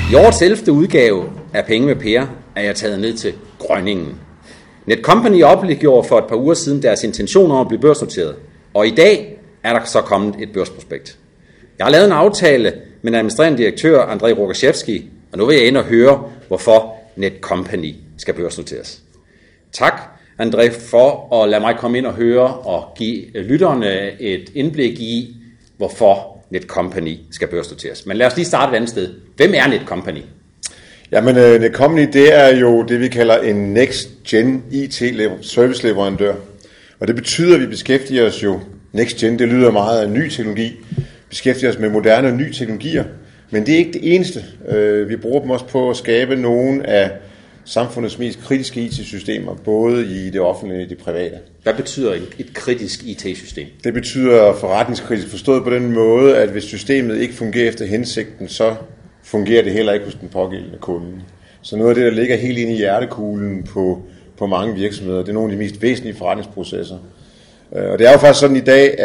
I årets 11. udgave af Penge med Per er jeg taget ned til Grønningen. Netcompany offentliggjorde for et par uger siden deres intention om at blive børsnoteret, og i dag er der så kommet et børsprospekt. Jeg har lavet en aftale med den administrerende direktør André Rogaczewski, og nu vil jeg ind og høre, hvorfor Netcompany skal børsnoteres. Tak, André, for at lade mig komme ind og høre og give lytterne et indblik i, hvorfor Netcompany skal børsnoteres. Men lad os lige starte et andet sted. Hvem er Netcompany? Jamen, Netcompany, det er jo det, vi kalder en next-gen IT-serviceleverandør. Og det betyder, at vi beskæftiger os jo, next-gen, det lyder meget af ny teknologi, beskæftiger os med moderne nye teknologier, men det er ikke det eneste. Vi bruger dem også på at skabe nogle af samfundets mest kritiske IT-systemer, både i det offentlige og i det private. Hvad betyder et kritisk IT-system? Det betyder forretningskritisk, forstået på den måde, at hvis systemet ikke fungerer efter hensigten, så fungerer det heller ikke hos den pågældende kunde. Så noget af det, der ligger helt inde i hjertekuglen på mange virksomheder, det er nogle af de mest væsentlige forretningsprocesser. Og det er jo faktisk sådan i dag,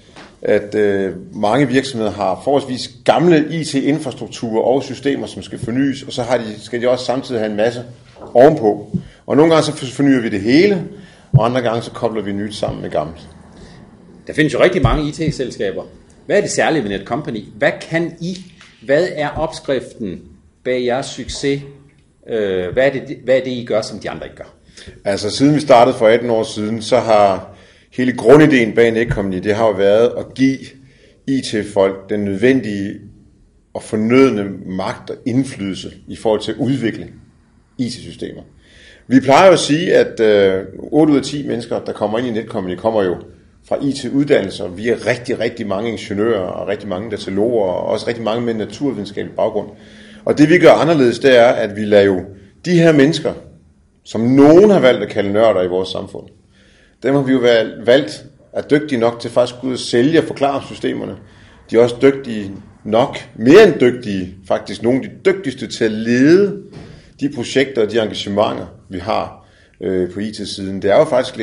at mange virksomheder har forholdsvis gamle IT-infrastrukturer og systemer, som skal fornyes, og så skal de også samtidig have en masse ovenpå. Og nogle gange så fornyer vi det hele, og andre gange så kobler vi nyt sammen med gammelt. Der findes jo rigtig mange IT-selskaber. Hvad er det særlige ved Netcompany? Hvad kan I? Hvad er opskriften bag jeres succes? Hvad er det, I gør, som de andre ikke gør? Altså siden vi startede for 18 år siden, så har hele grundideen bag Netcompany, det har jo været at give IT-folk den nødvendige og fornødne magt og indflydelse i forhold til at udvikle IT-systemer. Vi plejer jo at sige, at 8 ud af 10 mennesker, der kommer ind i Netcompany, kommer jo fra IT-uddannelser. Vi er rigtig, rigtig mange ingeniører og rigtig mange dataloger og også rigtig mange med naturvidenskabelig baggrund. Og det vi gør anderledes, det er, at vi lader jo de her mennesker, som nogen har valgt at kalde nørder i vores samfund, dem har vi jo valgt at dygtige nok til faktisk at ud og sælge og forklare systemerne. De er også dygtige nok, mere end dygtige, faktisk nogle af de dygtigste til at lede de projekter og de engagementer, vi har på IT-siden. Det er jo faktisk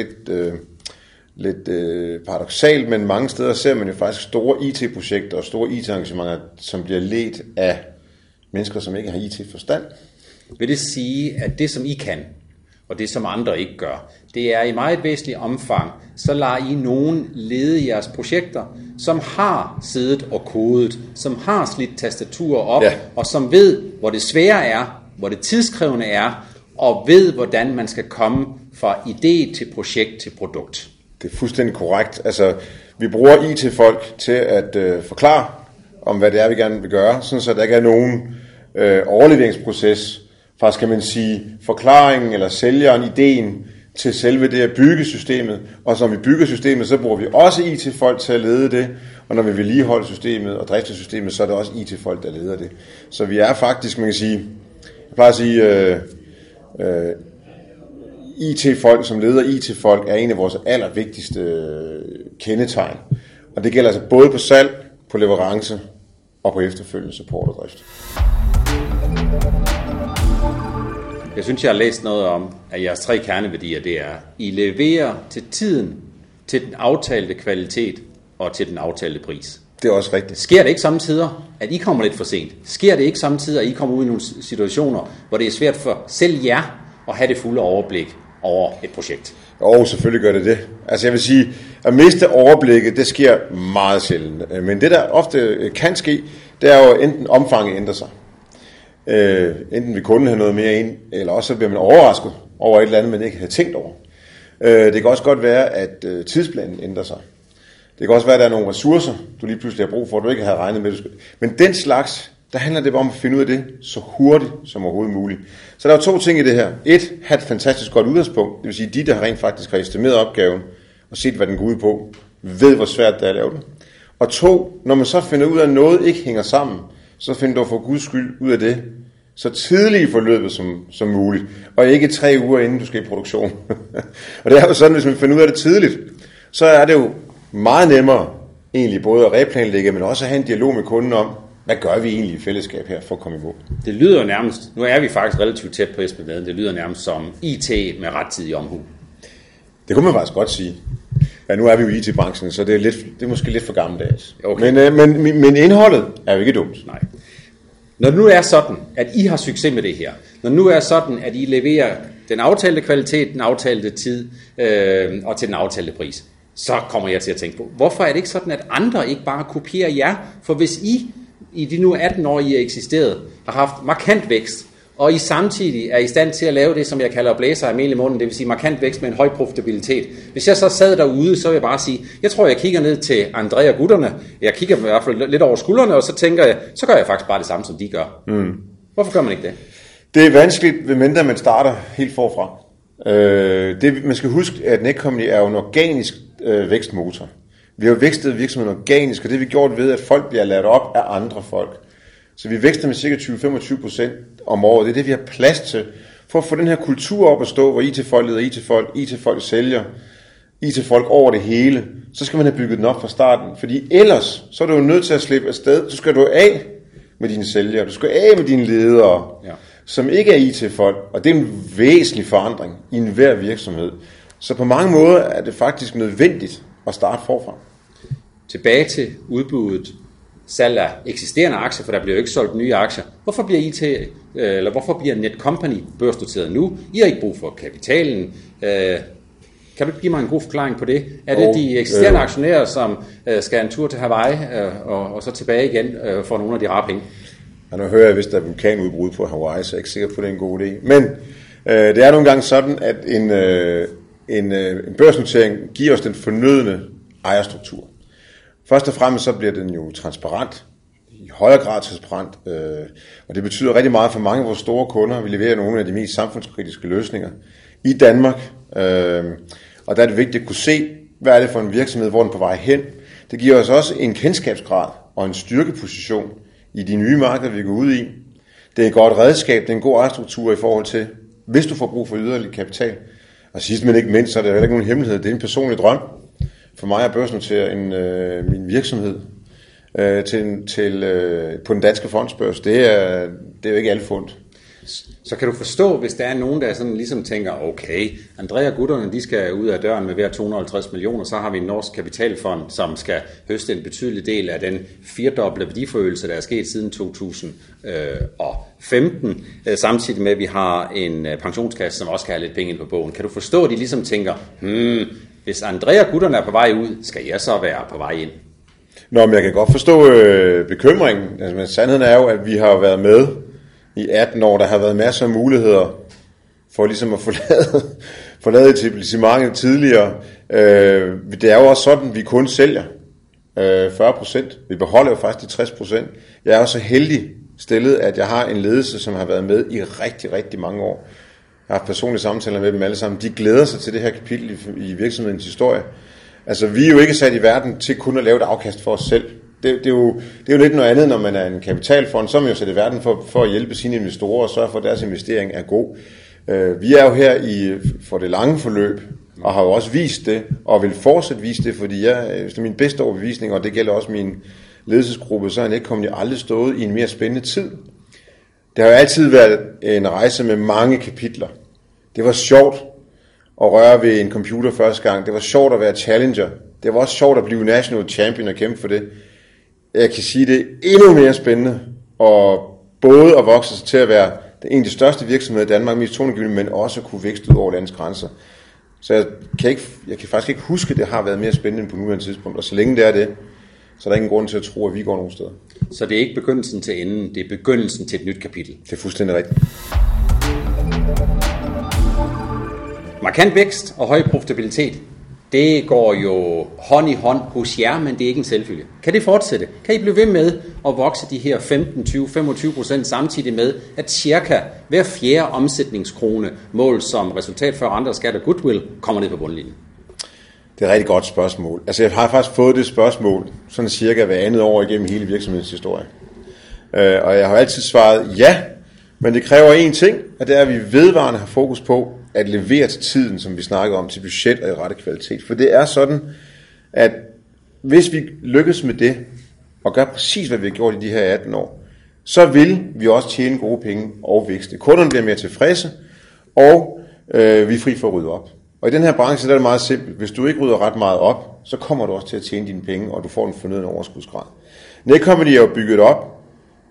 lidt paradoksalt, men mange steder ser man jo faktisk store IT-projekter og store IT-engagementer, som bliver ledt af mennesker, som ikke har IT-forstand. Vil det sige, at det som I kan, og det som andre ikke gør, det er i meget væsentligt omfang, så lader I nogen lede jeres projekter, som har siddet og kodet, som har slidt tastaturer op, ja, og som ved, hvor det svære er, hvor det tidskrævende er, og ved, hvordan man skal komme fra idé til projekt til produkt. Det er fuldstændig korrekt. Altså, vi bruger IT-folk til at forklare om, hvad det er, vi gerne vil gøre, sådan så der ikke er nogen overleveringsproces fra, skal man sige, forklaringen eller sælgeren, ideen til selve det at bygge systemet. Og så når vi bygger systemet, så bruger vi også IT-folk til at lede det, og når vi vedligeholder systemet og drifter systemet, så er det også IT-folk, der leder det. Så vi er faktisk, man kan sige, jeg plejer at sige, IT-folk, som leder IT-folk, er en af vores allervigtigste kendetegn. Og det gælder altså både på salg, på leverance og på efterfølgende support og drift. Jeg synes, jeg har læst noget om, at jeres 3 kerneværdier, det er, I leverer til tiden, til den aftalte kvalitet og til den aftalte pris. Det er også rigtigt. Sker det ikke samtidig, at I kommer lidt for sent? Sker det ikke samtidig, at I kommer ud i nogle situationer, hvor det er svært for selv jer at have det fulde overblik over et projekt? Jo, selvfølgelig gør det det. Altså jeg vil sige, at miste overblikket, det sker meget sjældent. Men det der ofte kan ske, det er jo enten omfanget ændrer sig. Enten vil kunden have noget mere ind, eller også så bliver man overrasket over et eller andet, man ikke havde tænkt over. Det kan også godt være, at tidsplanen ændrer sig. Det kan også være, at der er nogle ressourcer, du lige pludselig har brug for, du ikke havde regnet med. Men den slags, der handler det om at finde ud af det så hurtigt som overhovedet muligt. Så der er 2 ting i det her. 1, have et fantastisk godt udgangspunkt. Det vil sige, de, der rent faktisk har estimeret opgaven og set, hvad den går ud på, ved, hvor svært det er at lave det. Og 2, når man så finder ud af, at noget ikke hænger sammen, så finder du for guds skyld ud af det så tidligt i forløbet som muligt, og ikke 3 uger inden du skal i produktion. Og det er jo sådan, hvis man finder ud af det tidligt, så er det jo meget nemmere egentlig både at replanlægge, men også at have en dialog med kunden om, hvad gør vi egentlig i fællesskab her for at komme i mål. Det lyder nærmest, nu er vi faktisk relativt tæt på Esbjerg, det lyder nærmest som IT med rettidig omhu. Det kunne man faktisk godt sige. Ja, nu er vi jo i IT-branchen, så det er måske lidt for gammeldags. Okay. Men indholdet er jo ikke dumt. Nej. Når nu er sådan, at I har succes med det her, når nu er sådan, at I leverer den aftalte kvalitet, den aftalte tid og til den aftalte pris, så kommer jeg til at tænke på, hvorfor er det ikke sådan, at andre ikke bare kopierer jer? For hvis I de nu 18 år, I har eksisteret, har haft markant vækst, og I samtidig er i stand til at lave det, som jeg kalder blæser af mel i munden, det vil sige markant vækst med en høj profitabilitet. Hvis jeg så sad derude, så vil jeg bare sige, jeg tror, jeg kigger ned til André og gutterne, jeg kigger i hvert fald lidt over skuldrene, og så tænker jeg, så gør jeg faktisk bare det samme, som de gør. Hvorfor gør man ikke det? Det er vanskeligt, medmindre man starter helt forfra. Man skal huske, at Netcompany er jo en organisk vækstmotor. Vi har jo vækstet virksomheden organisk, og det har vi gjort ved, at folk bliver lært op af andre folk. Så vi vækster med cirka 20-25% om året. Det er det, vi har plads til, for at få den her kultur op at stå, hvor IT-folk leder IT-folk, IT-folk sælger, IT-folk over det hele. Så skal man have bygget den op fra starten, fordi ellers så er du jo nødt til at slippe afsted. Så skal du af med dine sælgere, du skal af med dine ledere, som ikke er IT-folk, og det er en væsentlig forandring i enhver virksomhed. Så på mange måder er det faktisk nødvendigt at starte forfra. Tilbage til udbuddet, salg af eksisterende aktier, for der bliver jo ikke solgt nye aktier. Hvorfor bliver Netcompany børsnoteret nu? I har ikke brug for kapitalen. Kan du give mig en god forklaring på det? Er det de eksisterende aktionærer, som skal en tur til Hawaii og så tilbage igen for nogle af de rare penge? Ja, nu hører jeg, hvis der er vulkanudbrud på Hawaii, så er jeg ikke sikker på, at det er en god idé. Men det er nogle gange sådan, at en børsnotering giver os den fornødne ejerstruktur. Først og fremmest så bliver den jo transparent, i højere grad transparent, og det betyder rigtig meget for mange af vores store kunder. Vi leverer nogle af de mest samfundskritiske løsninger i Danmark, og der er det vigtigt at kunne se, hvad er det for en virksomhed, hvor den er på vej hen. Det giver os også en kendskabsgrad og en styrkeposition i de nye markeder, vi går ud i. Det er et godt redskab, det er en god ejerstruktur i forhold til, hvis du får brug for yderligere kapital. Og sidst men ikke mindst, så er det heller ikke nogen hemmelighed. Det er en personlig drøm for mig at børsnotere min virksomhed på den danske fondsbørs. Det er jo ikke alt fundet. Så kan du forstå, hvis der er nogen, der sådan ligesom tænker, okay, André og gutterne, de skal ud af døren med hver 250 millioner, så har vi en norsk kapitalfond, som skal høste en betydelig del af den firdobbelte værdiforøgelse, der er sket siden 2015, samtidig med, at vi har en pensionskasse, som også skal have lidt penge ind på bogen. Kan du forstå, at de ligesom tænker, hvis André og gutterne er på vej ud, skal jeg så være på vej ind? Nå, men jeg kan godt forstå bekymringen. Altså, men sandheden er jo, at vi har været med i 18 år. Der har været masser af muligheder for ligesom at forlade etablissementet tidligere. Det er jo også sådan, at vi kun sælger 40%. Vi beholder jo faktisk de 60%. Jeg er også så heldig stillet, at jeg har en ledelse, som har været med i rigtig, rigtig mange år. Jeg har haft personlige samtaler med dem alle sammen. De glæder sig til det her kapitel i virksomhedens historie. Altså, vi er jo ikke sat i verden til kun at lave et afkast for os selv. Det er jo lidt noget andet, når man er en kapitalfond, så er man jo sat i verden for at hjælpe sine investorer og sørge for, at deres investering er god. Vi er jo her for det lange forløb, og har jo også vist det, og vil fortsat vise det, fordi det er min bedste overbevisning, og det gælder også min ledelsesgruppe, så er Netcompany aldrig stået i en mere spændende tid. Det har jo altid været en rejse med mange kapitler. Det var sjovt at røre ved en computer første gang. Det var sjovt at være challenger. Det var også sjovt at blive national champion og kæmpe for det. Jeg kan sige, det er endnu mere spændende, og både at vokse sig til at være en af de største virksomheder i Danmark, mest toneangivende, men også at kunne vækste ud over landets grænser. Så jeg kan faktisk ikke huske, at det har været mere spændende end på nuværende tidspunkt, og så længe det er det, så er der ingen grund til at tro, at vi går nogen steder. Så det er ikke begyndelsen til enden, det er begyndelsen til et nyt kapitel. Det er fuldstændig rigtigt. Markant vækst og høj profitabilitet, det går jo hånd i hånd hos jer, men det er ikke en selvfølge. Kan det fortsætte? Kan I blive ved med at vokse de her 15, 20, 25% samtidig med, at cirka hver fjerde omsætningskrone mål som resultat før andre skat og goodwill kommer ned på bundlinjen? Det er et rigtig godt spørgsmål. Altså jeg har faktisk fået det spørgsmål sådan cirka hver andet år igennem hele virksomhedens historie. Og jeg har altid svaret ja, men det kræver én ting, og det er, at vi vedvarende har fokus på at levere til tiden, som vi snakker om, til budget og i rette kvalitet. For det er sådan, at hvis vi lykkes med det, og gør præcis, hvad vi har gjort i de her 18 år, så vil vi også tjene gode penge og vækste. Kunderne bliver mere tilfredse, og vi er fri for at rydde op. Og i den her branche der er det meget simpelt. Hvis du ikke rydder ret meget op, så kommer du også til at tjene dine penge, og du får en fornøden overskudsgrad. Netcompany er jo bygget op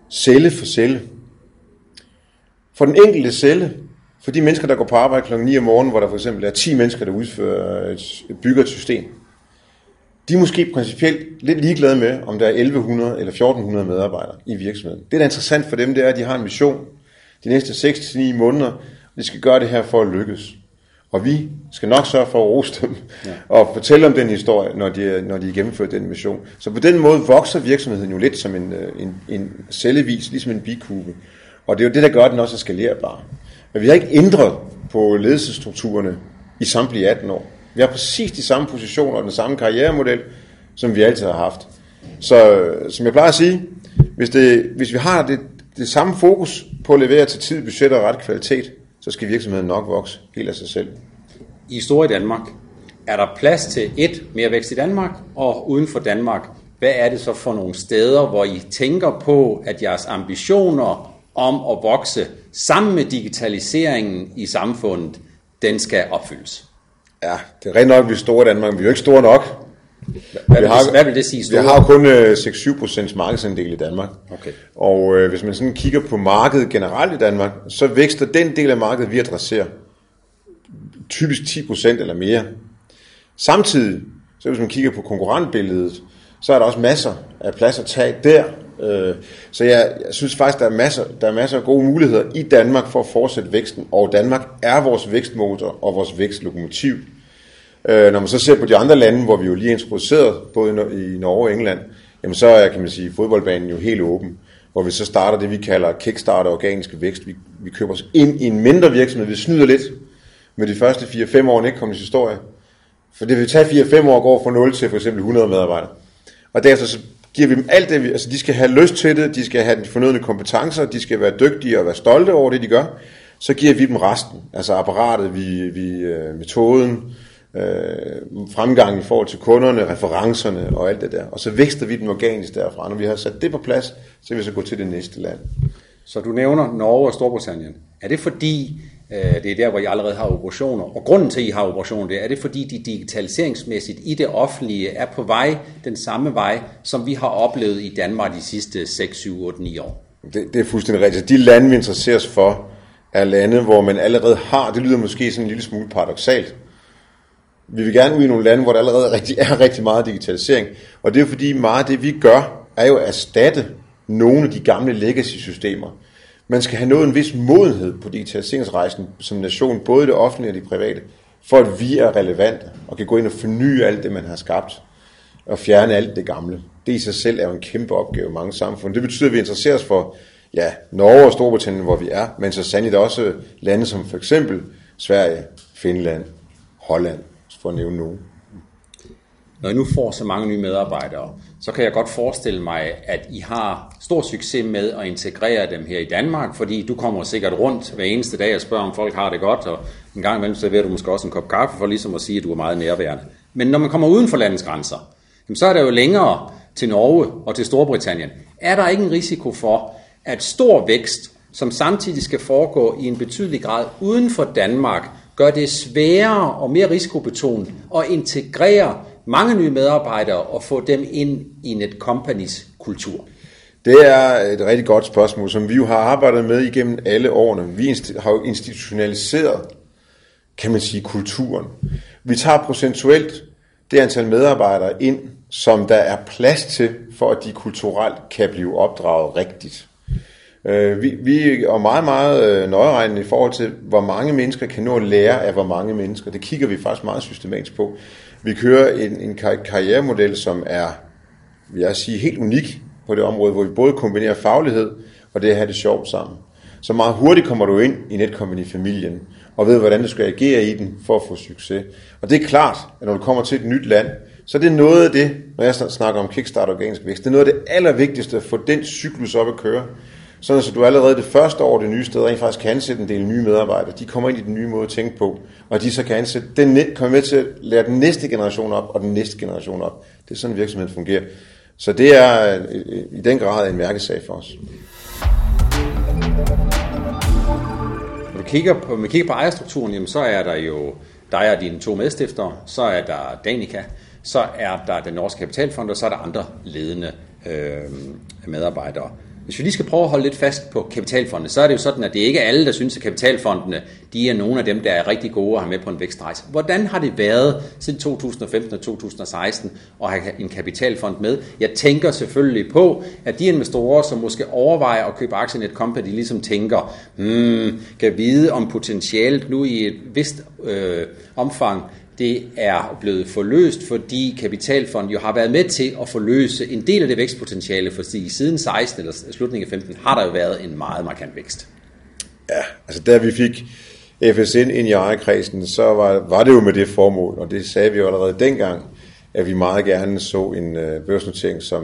celle for celle. For den enkelte celle, for de mennesker, der går på arbejde kl. 9 om morgenen, hvor der for eksempel er 10 mennesker, der udfører bygger et system, de er måske principielt lidt ligeglade med, om der er 1100 eller 1400 medarbejdere i virksomheden. Det, der er interessant for dem, det er, at de har en mission de næste 6-9 måneder, og de skal gøre det her for at lykkes. Og vi skal nok sørge for at rose dem og fortælle om den historie, når de gennemfører den mission. Så på den måde vokser virksomheden jo lidt som en cellevis, ligesom en bikube. Og det er jo det, der gør, at den også er skalerbar. Men vi har ikke ændret på ledelsesstrukturerne i samtlige 18 år. Vi har præcis de samme positioner og den samme karrieremodel, som vi altid har haft. Så som jeg plejer at sige, hvis vi har det samme fokus på at levere til tid, budget og ret kvalitet, så skal virksomheden nok vokse helt af sig selv. I Store i Danmark, er der plads til mere vækst i Danmark, og uden for Danmark, hvad er det så for nogle steder, hvor I tænker på, at jeres ambitioner om at vokse sammen med digitaliseringen i samfundet, den skal opfyldes? Ja, det er rent nok, at vi er store i Danmark, men vi er jo ikke store nok. Hvad vil det sige store? Vi har jo kun 6-7% markedsandel i Danmark. Okay. Og hvis man sådan kigger på markedet generelt i Danmark, så vækster den del af markedet, vi adresserer, typisk 10% eller mere. Samtidig, så hvis man kigger på konkurrentbilledet, så er der også masser af plads at tage der. Så jeg synes faktisk, der er masser af gode muligheder i Danmark for at fortsætte væksten, og Danmark er vores vækstmotor og vores vækstlokomotiv. Når man så ser på de andre lande, hvor vi jo lige er introduceret, både i Norge og England, jamen så er, kan man sige, fodboldbanen jo helt åben, hvor vi så starter det, vi kalder kickstart og organisk vækst. Vi køber os ind i en mindre virksomhed, vi snyder lidt med de første 4-5 år Netcompany's historie. For det vil tage 4-5 år at gå fra 0 til for eksempel 100 medarbejdere. Og derefter så giver vi dem alt det, altså de skal have lyst til det, de skal have de fornødne kompetencer, de skal være dygtige og være stolte over det, de gør. Så giver vi dem resten, altså apparatet, metoden, fremgang i forhold til kunderne, referencerne og alt det der. Og så vækster vi dem organisk derfra. Når vi har sat det på plads, så vil vi så gå til det næste land. Så du nævner Norge og Storbritannien. Er det fordi, det er der, hvor I allerede har operationer, og grunden til, at I har operationer, er det fordi, de digitaliseringsmæssigt i det offentlige er på vej, den samme vej, som vi har oplevet i Danmark de sidste 6, 7, 8, 9 år? Det er fuldstændig rigtigt. De lande, vi interesserer os for, er lande, hvor man allerede har, det lyder måske sådan en lille smule paradoksalt. Vi vil gerne ud i nogle lande, hvor der allerede er rigtig meget digitalisering, og det er fordi meget af det, vi gør, er jo at erstatte nogle af de gamle legacy-systemer. Man skal have nået en vis modenhed på digitaliseringsrejsen som nation, både det offentlige og det private, for at vi er relevante og kan gå ind og forny alt det, man har skabt, og fjerne alt det gamle. Det i sig selv er jo en kæmpe opgave i mange samfund. Det betyder, at vi interesserer os for Norge og Storbritannien, hvor vi er, men så sandelig også lande som for eksempel Sverige, Finland, Holland, for at nævne nogen. Når I nu får så mange nye medarbejdere, så kan jeg godt forestille mig, at I har stor succes med at integrere dem her i Danmark, fordi du kommer sikkert rundt hver eneste dag og spørger, om folk har det godt, og en gang imellem serverer du måske også en kop kaffe for ligesom at sige, at du er meget nærværende. Men når man kommer uden for landets grænser, så er der jo længere til Norge og til Storbritannien. Er der ikke en risiko for, at stor vækst, som samtidig skal foregå i en betydelig grad uden for Danmark, gør det sværere og mere risikobetonet at integrere mange nye medarbejdere og få dem ind i Netcompany's kultur? Det er et rigtig godt spørgsmål, som vi jo har arbejdet med igennem alle årene. Vi har jo institutionaliseret, kan man sige, kulturen. Vi tager procentuelt det antal medarbejdere ind, som der er plads til, for at de kulturelt kan blive opdraget rigtigt. Vi er meget, meget nøjeregnende i forhold til, hvor mange mennesker kan nå at lære af hvor mange mennesker. Det kigger vi faktisk meget systematisk på. Vi kører en karrieremodel, som er, vil jeg sige, helt unik på det område, hvor vi både kombinerer faglighed og det at have det sjovt sammen. Så meget hurtigt kommer du ind i Netcompany-familien og ved, hvordan du skal agere i den for at få succes. Og det er klart, at når du kommer til et nyt land, så er det noget af det, når jeg snakker om kickstart og organisk vækst, det er noget af det allervigtigste at få den cyklus op at køre. Sådan så du allerede det første år det nye sted rent faktisk kan ansætte en del nye medarbejdere. De kommer ind i den nye måde at tænke på, og de så kan ansætte kommer med til at lære den næste generation op og den næste generation op. Det er sådan virksomheden fungerer. Så det er i den grad en mærkesag for os. Når man kigger på ejerstrukturen, jamen, så er der jo dig og dine 2 medstiftere, så er der Danica, så er der den norske kapitalfond, og så er der andre ledende medarbejdere. Hvis vi lige skal prøve at holde lidt fast på kapitalfondene, så er det jo sådan, at det ikke er alle, der synes, at kapitalfondene, de er nogle af dem, der er rigtig gode at have med på en vækstrejse. Hvordan har det været siden 2015 og 2016 at have en kapitalfond med? Jeg tænker selvfølgelig på, at de investorer, som måske overvejer at købe aktier i Netcompany, de ligesom tænker, kan vide om potentialet nu i et vist omfang, det er blevet forløst, fordi kapitalfonden jo har været med til at forløse en del af det vækstpotentiale, fordi siden 16 eller slutningen af 15 har der jo været en meget markant vækst. Ja, altså da vi fik FSN ind i ejerkredsen, så var det jo med det formål, og det sagde vi jo allerede dengang, at vi meget gerne så en børsnotering som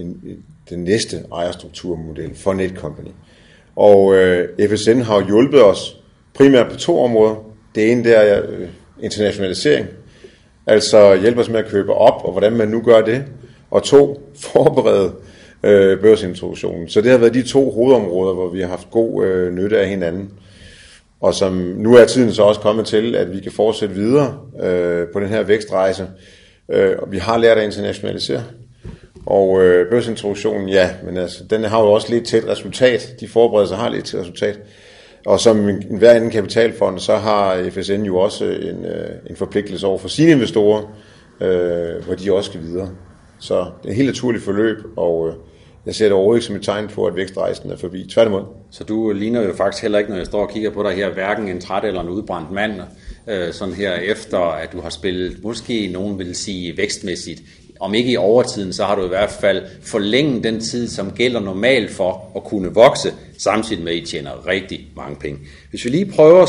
den næste ejerstrukturmodel for Netcompany. Og FSN har jo hjulpet os primært på 2 områder. Det ene der er internationalisering, altså hjælpe os med at købe op, og hvordan man nu gør det. Og 2, forberede børsintroduktionen. Så det har været de 2 hovedområder, hvor vi har haft god nytte af hinanden. Og som nu er tiden så også kommet til, at vi kan fortsætte videre på den her vækstrejse. Og vi har lært at internationalisere. Og børsintroduktionen, ja, men altså, den har jo også lidt til et resultat. De forberedelser har lidt til et resultat. Og som hver anden kapitalfond, så har FSN jo også en forpligtelse over for sine investorer, hvor de også skal videre. Så det er et helt naturligt forløb, og jeg ser det overhovedet ikke som et tegn på, at vækstrejsen er forbi. Tværtimod. Så du ligner jo faktisk heller ikke, når jeg står og kigger på dig her, hverken en træt eller en udbrændt mand, sådan her efter, at du har spillet, måske nogen vil sige vækstmæssigt, om ikke i overtiden, så har du i hvert fald forlænget den tid, som gælder normalt for at kunne vokse, samtidig med, at I tjener rigtig mange penge. Hvis vi lige prøver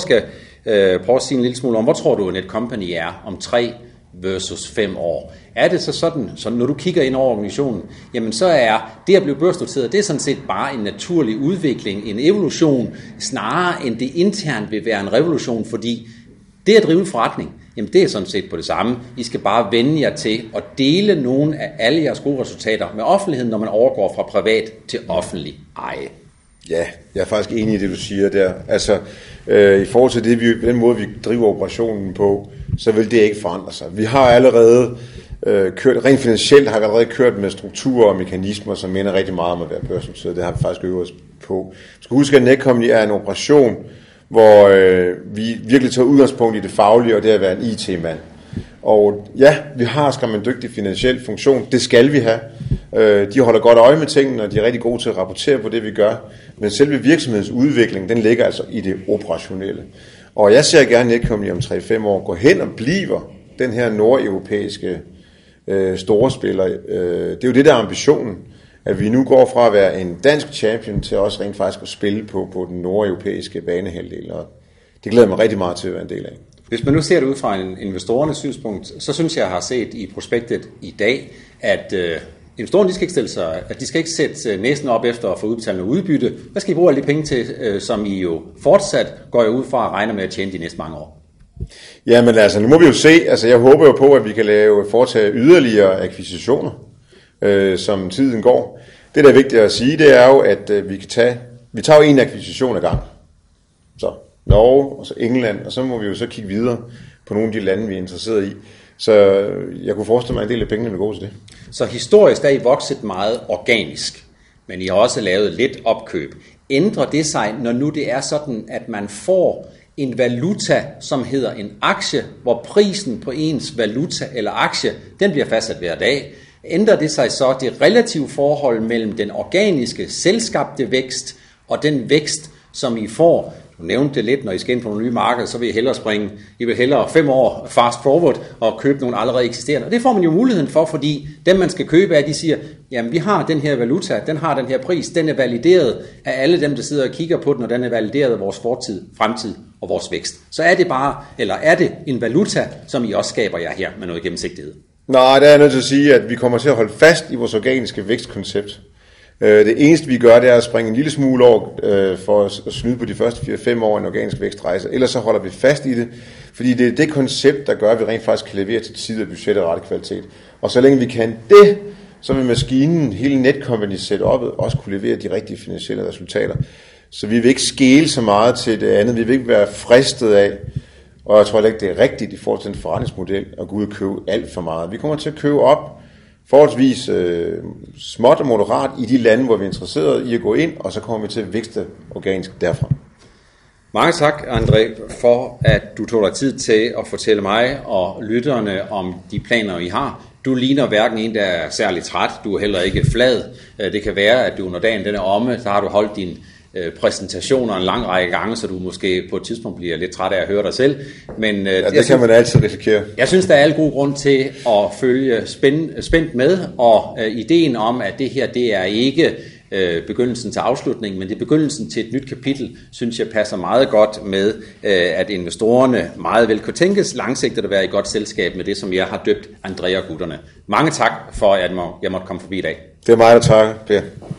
at sige en lille smule om, hvor tror du, at Netcompany er om 3 versus 5 år? Er det så sådan, så når du kigger ind over organisationen, jamen så er det at blive børsnoteret, det er sådan set bare en naturlig udvikling, en evolution, snarere end det internt vil være en revolution, fordi det at drive forretning, jamen det er sådan set på det samme. I skal bare vende jer til at dele nogle af alle jeres gode resultater med offentligheden, når man overgår fra privat til offentlig eje. Ja, jeg er faktisk enig i det, du siger der. Altså, i forhold til den måde, vi driver operationen på, så vil det ikke forandre sig. Vi har allerede kørt, rent finansielt har vi allerede kørt med strukturer og mekanismer, som minder rigtig meget om at være børsnoteret. Det har vi faktisk øvet os på. Du skal huske, at Netcompany er en operation, hvor vi virkelig tager udgangspunkt i det faglige, og det er at være en IT-mand. Og ja, vi har skam en dygtig finansiel funktion. Det skal vi have. De holder godt øje med tingene, og de er rigtig gode til at rapportere på det, vi gør. Men selve virksomhedens udvikling, den ligger altså i det operationelle. Og jeg ser gerne Netcompany om 3-5 år gå hen og bliver den her nordeuropæiske store spiller. Det er jo det, der er ambitionen. At vi nu går fra at være en dansk champion til også rent faktisk at spille på den nordeuropæiske banehalvdel. Og det glæder mig rigtig meget til at være en del af. Hvis man nu ser det ud fra en investorernes synspunkt, så synes jeg har set i prospektet i dag, at investorerne de skal ikke sætte næsen op efter at få udbetalt noget udbytte. Hvad skal I bruge alle de penge til, som I jo fortsat går ud fra at regne med at tjene de næste mange år? Jamen altså, nu må vi jo se. Altså, jeg håber jo på, at vi kan foretage yderligere akquisitioner, som tiden går. Det, der er vigtigt at sige, det er jo, at vi tager jo en akquisition ad gang. Så Norge, og så England, og så må vi jo så kigge videre på nogle af de lande, vi er interesseret i. Så jeg kunne forestille mig, en del af pengene vil gå til det. Så historisk er I vokset meget organisk, men I har også lavet lidt opkøb. Ændrer det sig, når nu det er sådan, at man får en valuta, som hedder en aktie, hvor prisen på ens valuta eller aktie, den bliver fastsat hver dag? Ændrer det sig så det relative forhold mellem den organiske, selvskabte vækst og den vækst, som I får? Du nævnte det lidt, når I skal ind på nogle nye markeder, så vil I vil hellere 5 år fast forward og købe nogle allerede eksisterende. Og det får man jo muligheden for, fordi dem man skal købe af, de siger, jamen vi har den her valuta, den har den her pris, den er valideret af alle dem, der sidder og kigger på den, og den er valideret af vores fortid, fremtid og vores vækst. Så er det en valuta, som I også skaber jer her med noget gennemsigtighed? Nej, det er jeg nødt til at sige, at vi kommer til at holde fast i vores organiske vækstkoncept. Det eneste vi gør, det er at springe en lille smule over for at snyde på de første 4-5 år en organisk vækstrejse. Ellers så holder vi fast i det, fordi det er det koncept, der gør, at vi rent faktisk kan levere til tid og budget og rette kvalitet. Og så længe vi kan det, så vil maskinen, hele Netcompany setup'et, også kunne levere de rigtige finansielle resultater. Så vi vil ikke skele så meget til det andet. Vi vil ikke være fristet af, og jeg tror ikke, det er rigtigt i forhold til en forretningsmodel at gå ud og købe alt for meget. Vi kommer til at købe op forholdsvis småt og moderat i de lande, hvor vi er interesseret i at gå ind, og så kommer vi til at vækste organisk derfra. Mange tak, André, for at du tog dig tid til at fortælle mig og lytterne om de planer, I har. Du ligner hverken en, der er særlig træt, du er heller ikke flad. Det kan være, at du, når dagen den er omme, så har du holdt din præsentationer en lang række gange, så du måske på et tidspunkt bliver lidt træt af at høre dig selv. Men det kan man altid risikere. Jeg synes, der er al god grund til at følge spændt med, og ideen om, at det her, det er ikke begyndelsen til afslutningen, men det er begyndelsen til et nyt kapitel, synes jeg passer meget godt med, at investorerne meget vel kunne tænkes langsigtet at være i godt selskab med det, som jeg har døbt André og gutterne. Mange tak for, at jeg måtte komme forbi i dag. Det er mig, der takker, Per.